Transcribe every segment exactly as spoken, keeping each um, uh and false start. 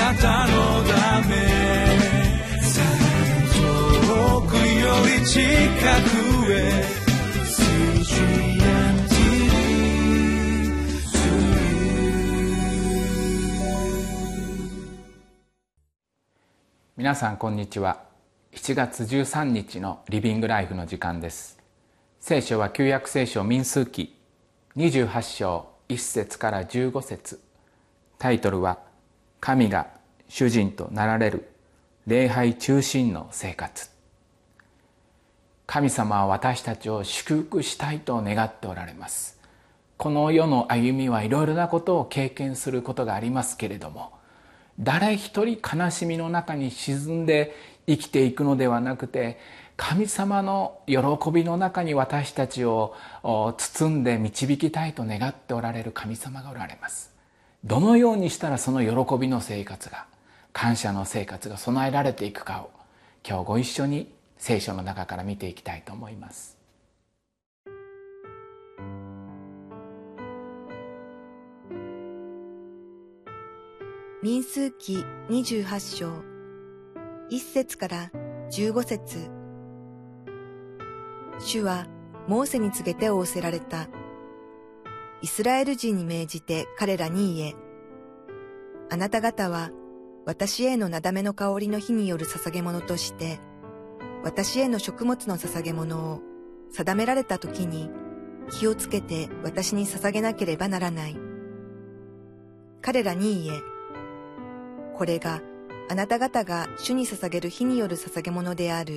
なたのため遠くより近くへ皆さんこんにちは。しちがつじゅうさんにちのリビングライフの時間です。聖書は旧約聖書民数記にじゅうはちしょういっせつからじゅうごせつ。タイトルは神が主人となられる礼拝中心の生活。神様は私たちを祝福したいと願っておられます。この世の歩みはいろいろなことを経験することがありますけれども、誰一人悲しみの中に沈んで生きていくのではなくて、神様の喜びの中に私たちを包んで導きたいと願っておられる神様がおられます。どのようにしたらその喜びの生活が、感謝の生活が備えられていくかを、今日ご一緒に聖書の中から見ていきたいと思います。 民数記にじゅうはちしょういっせつからじゅうごせつ。主はモーセに告げて仰せられた。イスラエル人に命じて彼らに言え。あなた方は私へのなだめの香りの火による捧げ物として、私への食物の捧げ物を定められた時に気をつけて私に捧げなければならない。彼らに言え。これがあなた方が主に捧げる火による捧げ物である。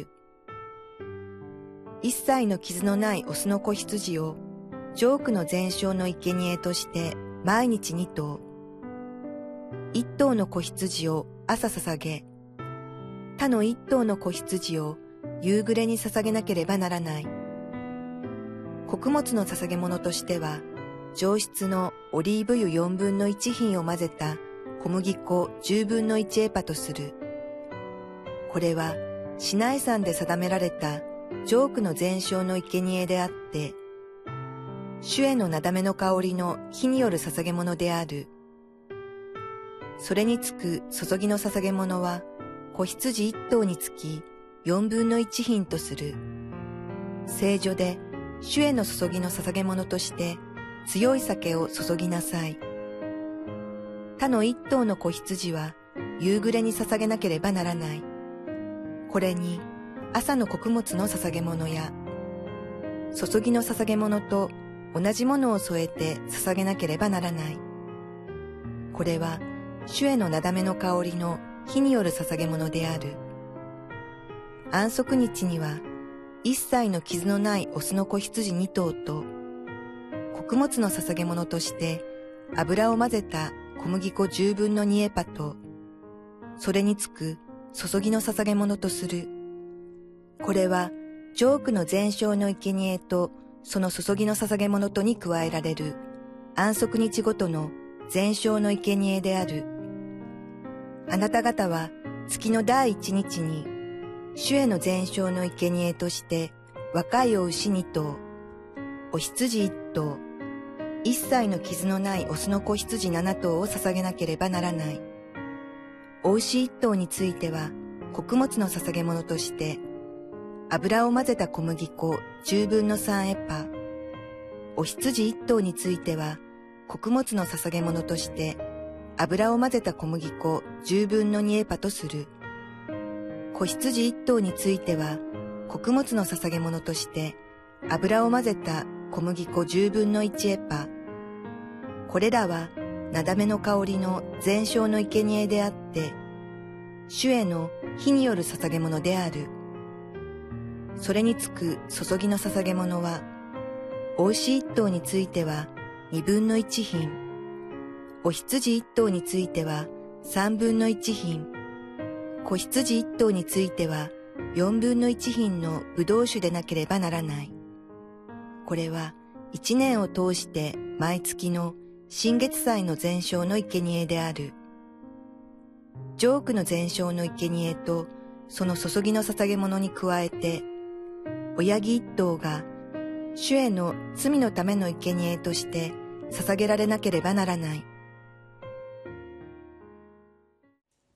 一切の傷のないオスの子羊をジョークの全焼の生贄として毎日二頭。一頭の子羊を朝捧げ、他の一頭の子羊を夕暮れに捧げなければならない。穀物の捧げ物としては、上質のオリーブ油四分の一品を混ぜた小麦粉十分の一エパとする。これはシナイ山で定められたジョークの全焼の生贄であって、主へのなだめの香りの火による捧げ物である。それにつく注ぎの捧げ物は、子羊一頭につき四分の一品とする。聖所で主への注ぎの捧げ物として強い酒を注ぎなさい。他の一頭の子羊は夕暮れに捧げなければならない。これに朝の穀物の捧げ物や注ぎの捧げ物と同じものを添えて捧げなければならない。これは主へのなだめの香りの火による捧げ物である。安息日には一切の傷のないオスの子羊二頭と穀物の捧げ物として油を混ぜた小麦粉十分の二エパと、それにつく注ぎの捧げ物とする。これはジョークの全焼の生贄とその注ぎの捧げ物とに加えられる安息日ごとの全焼の生贄である。あなた方は月の第一日に主への全焼の生贄として若いお牛二頭、お羊一頭、一切の傷のないオスの子羊七頭を捧げなければならない。お牛一頭については穀物の捧げ物として油を混ぜた小麦粉十分の三エパ、お羊一頭については穀物の捧げ物として油を混ぜた小麦粉十分の二エパとする。子羊一頭については穀物の捧げ物として油を混ぜた小麦粉十分の一エパ。これらはなだめの香りの全焼の生贄であって、主への火による捧げ物である。それにつく注ぎの捧げ物は、お牛一頭については二分の一品、お羊一頭については三分の一品、子羊一頭については四分の一品のブドウ酒でなければならない。これは一年を通して毎月の新月祭の全焼の生贄である。ジョークの全焼の生贄とその注ぎの捧げ物に加えて、親木一頭が主への罪のための生贄として捧げられなければならない。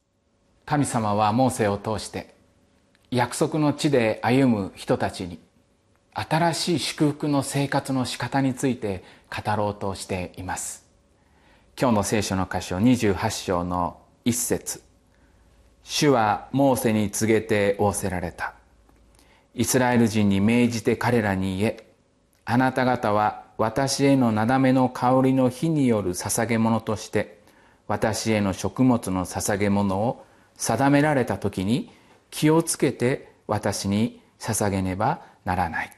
神様はモーセを通して約束の地で歩む人たちに新しい祝福の生活の仕方について語ろうとしています。今日の聖書の箇所にじゅうはち章の一節、主はモーセに告げて仰せられた。イスラエル人に命じて彼らに言え、あなた方は私へのなだめの香りの火による捧げ物として私への食物の捧げ物を定められた時に気をつけて私に捧げねばならない。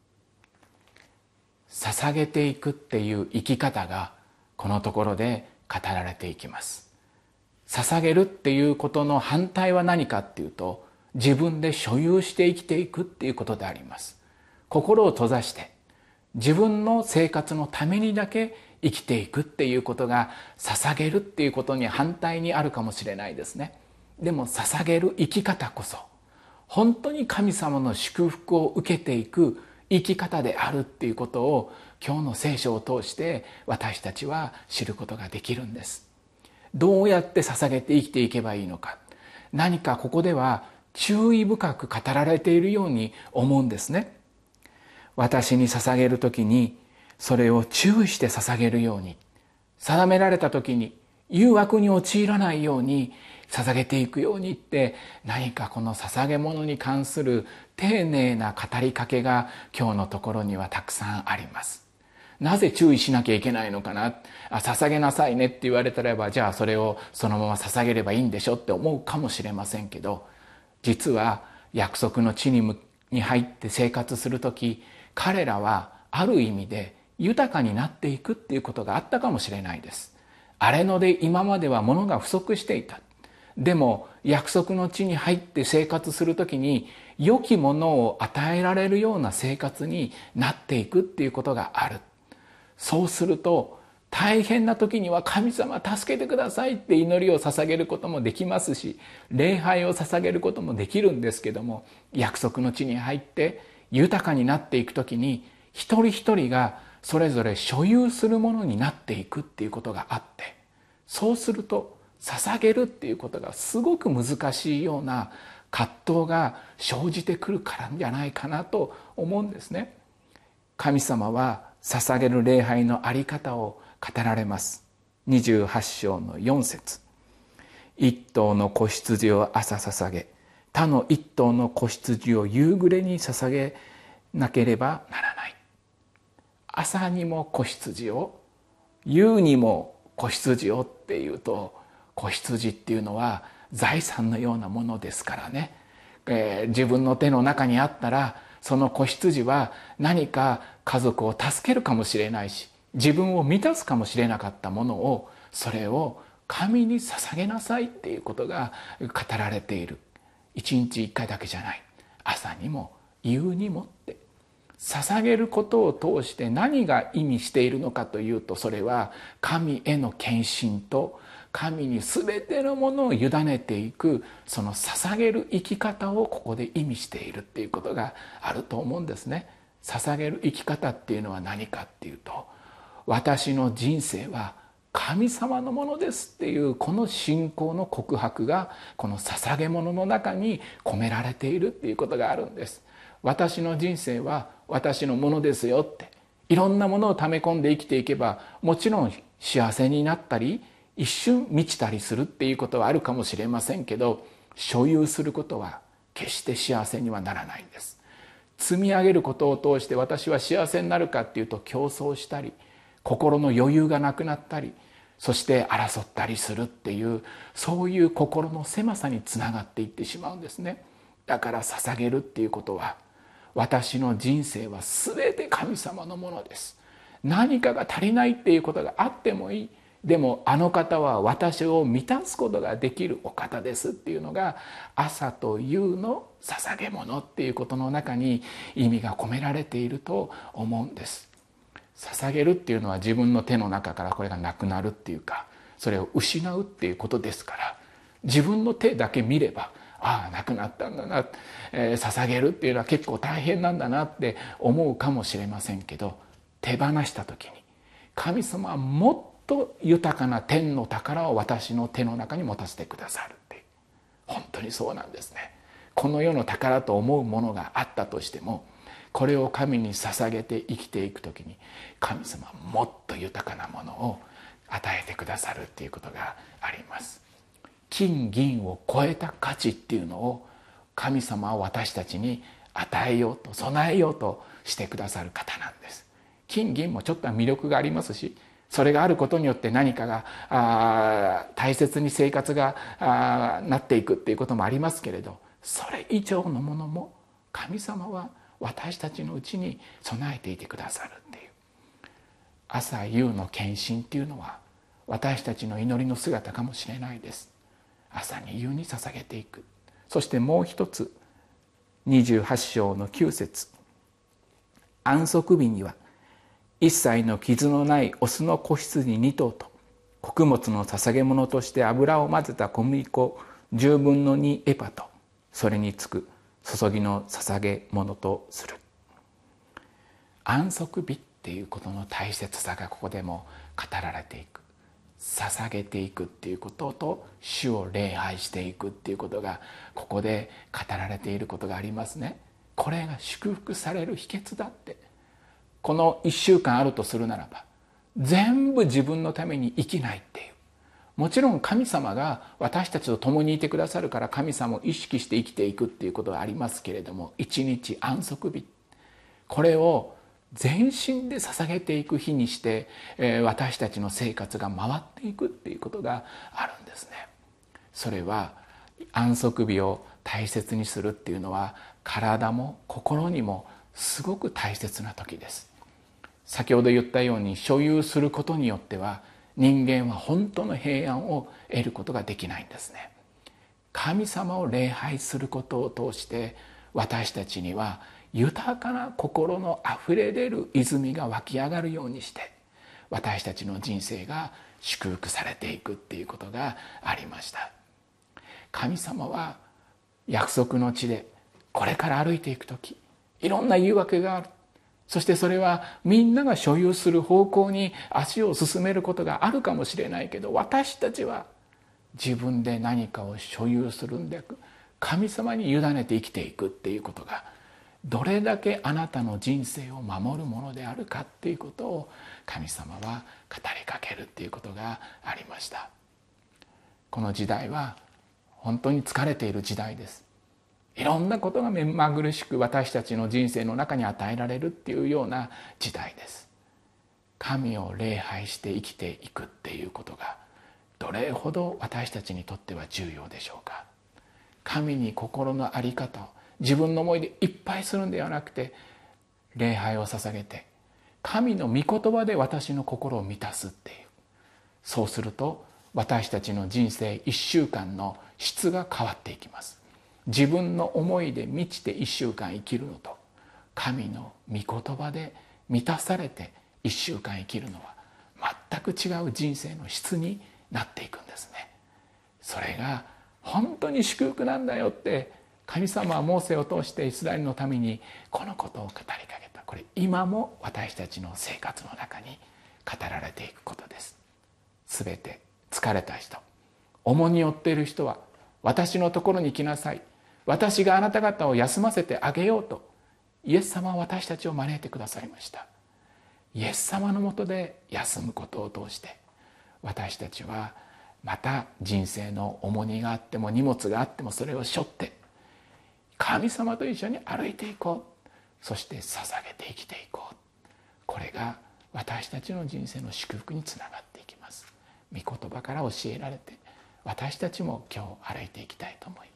捧げていくっていう生き方がこのところで語られていきます。捧げるっていうことの反対は何かっていうと、自分で所有して生きていくっていうことであります。心を閉ざして自分の生活のためにだけ生きていくっていうことが捧げるっていうことに反対にあるかもしれないですね。でも捧げる生き方こそ本当に神様の祝福を受けていく生き方であるっていうことを今日の聖書を通して私たちは知ることができるんです。どうやって捧げて生きていけばいいのか、何かここでは注意深く語られているように思うんですね。私に捧げるときにそれを注意して捧げるように、定められたときに誘惑に陥らないように捧げていくようにって、何かこの捧げ物に関する丁寧な語りかけが今日のところにはたくさんあります。なぜ注意しなきゃいけないのかな、あ捧げなさいねって言われたらば、じゃあそれをそのまま捧げればいいんでしょって思うかもしれませんけど、実は約束の地にに入って生活するとき、彼らはある意味で豊かになっていくっていうことがあったかもしれないです。荒れ野で今までは物が不足していた。でも約束の地に入って生活するときに良きものを与えられるような生活になっていくっていうことがある。そうすると大変な時には神様助けてくださいって祈りを捧げることもできますし、礼拝を捧げることもできるんですけども、約束の地に入って豊かになっていくときに一人一人がそれぞれ所有するものになっていくっていうことがあって、そうすると捧げるっていうことがすごく難しいような葛藤が生じてくるからじゃないかなと思うんですね。神様は捧げる礼拝のあり方を語られます。にじゅうはち章のよん節、一頭の子羊を朝捧げ、他の一頭の子羊を夕暮れに捧げなければならない。朝にも子羊を、夕にも子羊をっていうと、子羊っていうのは財産のようなものですからね、えー、自分の手の中にあったらその子羊は何か家族を助けるかもしれないし、自分を満たすかもしれなかったものを、それを神に捧げなさいっていうことが語られている。一日一回だけじゃない、朝にも夕にもって、捧げることを通して何が意味しているのかというと、それは神への献身と神に全てのものを委ねていく、その捧げる生き方をここで意味しているっていうことがあると思うんですね。捧げる生き方っていうのは何かっていうと、私の人生は神様のものですっていうこの信仰の告白がこの捧げ物の中に込められているっていうことがあるんです。私の人生は私のものですよって、いろんなものを溜め込んで生きていけばもちろん幸せになったり一瞬満ちたりするっていうことはあるかもしれませんけど、所有することは決して幸せにはならないんです。積み上げることを通して私は幸せになるかっていうと、競争したり心の余裕がなくなったり、そして争ったりするっていう、そういう心の狭さにつながっていってしまうんですね。だから捧げるっていうことは、私の人生は全て神様のものです。何かが足りないっていうことがあってもいい。でもあの方は私を満たすことができるお方ですっていうのが、朝と夕の捧げ物っていうことの中に意味が込められていると思うんです。捧げるっていうのは自分の手の中からこれがなくなるっていうか、それを失うっていうことですから、自分の手だけ見れば、ああなくなったんだな、えー、捧げるっていうのは結構大変なんだなって思うかもしれませんけど、手放した時に神様はもっと豊かな天の宝を私の手の中に持たせてくださるっていう、 当にそうなんですね。この世の宝と思うものがあったとしても、これを神に捧げて生きていくときに、神様はもっと豊かなものを与えてくださるっていうことがあります。金銀を超えた価値っていうのを神様は私たちに与えようと備えようとしてくださる方なんです。金銀もちょっとは魅力がありますし、それがあることによって何かがあ大切に生活があなっていくっていうこともありますけれど、それ以上のものも神様は私たちのうちに備えていてくださるっていう。朝夕の献身っていうのは私たちの祈りの姿かもしれないです。朝に夕に捧げていく。そしてもう一つ、にじゅうはち章のきゅう節、安息日には一切の傷のないオスの子羊に頭と、穀物の捧げ物として油を混ぜた小麦粉じゅうぶんのにエパと、それにつく注ぎの捧げ物とする。安息日っていうことの大切さがここでも語られていく。捧げていくっていうことと、主を礼拝していくっていうことがここで語られていることがありますね。これが祝福される秘訣だって。このいっしゅうかんあるとするならば、全部自分のために生きないっていう。もちろん神様が私たちと共にいてくださるから神様を意識して生きていくっていうことはありますけれども、一日安息日、これを全身で捧げていく日にして、えー、私たちの生活が回っていくっていうことがあるんですね。それは安息日を大切にするっていうのは、体も心にもすごく大切な時です。先ほど言ったように、所有することによっては人間は本当の平安を得ることができないんですね。神様を礼拝することを通して私たちには豊かな心のあふれ出る泉が湧き上がるようにして、私たちの人生が祝福されていくっていうことがありました。神様は約束の地でこれから歩いていくとき、いろんな誘惑がある。そしてそれはみんなが所有する方向に足を進めることがあるかもしれないけど、私たちは自分で何かを所有するんでなく、神様に委ねて生きていくっていうことが、どれだけあなたの人生を守るものであるかっていうことを神様は語りかけるっていうことがありました。この時代は本当に疲れている時代です。いろんなことが目まぐるしく私たちの人生の中に与えられるっていうような時代です。神を礼拝して生きていくっていうことがどれほど私たちにとっては重要でしょうか。神に心の在り方を自分の思いでいっぱいするんではなくて、礼拝を捧げて神の御言葉で私の心を満たすっていう。そうすると私たちの人生いっしゅうかんの質が変わっていきます。自分の思いで満ちていっしゅうかん生きるのと、神の御言葉で満たされていっしゅうかん生きるのは全く違う人生の質になっていくんですね。それが本当に祝福なんだよって神様はモーセを通してイスラエルのためにこのことを語りかけた。これ今も私たちの生活の中に語られていくことです。すべて疲れた人、重荷を負っている人は私のところに来なさい。私があなた方を休ませてあげようとイエス様は私たちを招いてくださいました。イエス様のもとで休むことを通して私たちはまた人生の重荷があっても荷物があってもそれを背負って神様と一緒に歩いていこう。そして捧げて生きていこう。これが私たちの人生の祝福につながっていきます。御言葉から教えられて私たちも今日歩いていきたいと思います。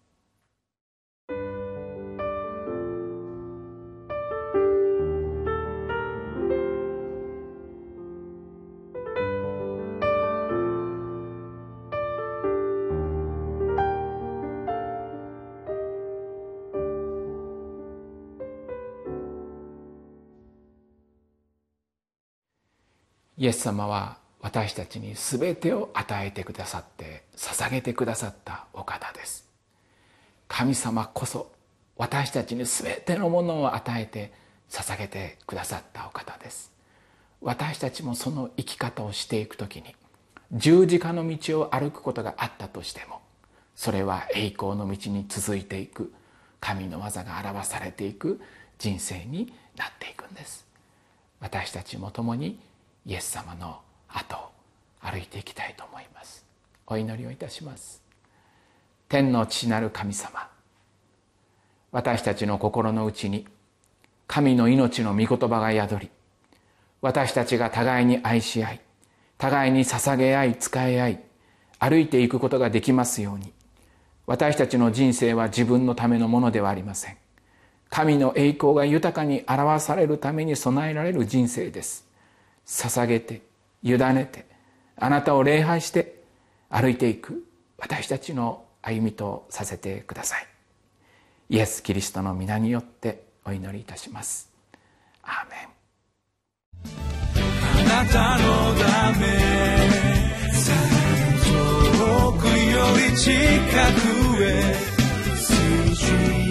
イエス様は私たちに全てを与えてくださって捧げてくださったお方です。神様こそ私たちに全てのものを与えて捧げてくださったお方です。私たちもその生き方をしていくときに十字架の道を歩くことがあったとしても、 それは栄光の道に続いていく、神の技が表されていく人生になっていくんです。私たちも共にイエス様の後を歩いていきたいと思います。お祈りをいたします。天の父なる神様、私たちの心の内に神の命の御言葉が宿り、私たちが互いに愛し合い、互いに捧げ合い仕え合い、歩いていくことができますように。私たちの人生は自分のためのものではありません。神の栄光が豊かに表されるために備えられる人生です。捧げて、委ねて、あなたを礼拝して歩いていく私たちの歩みとさせてください。イエス・キリストの皆によってお祈りいたします。アーメン。 あなたのため遠くより近くへ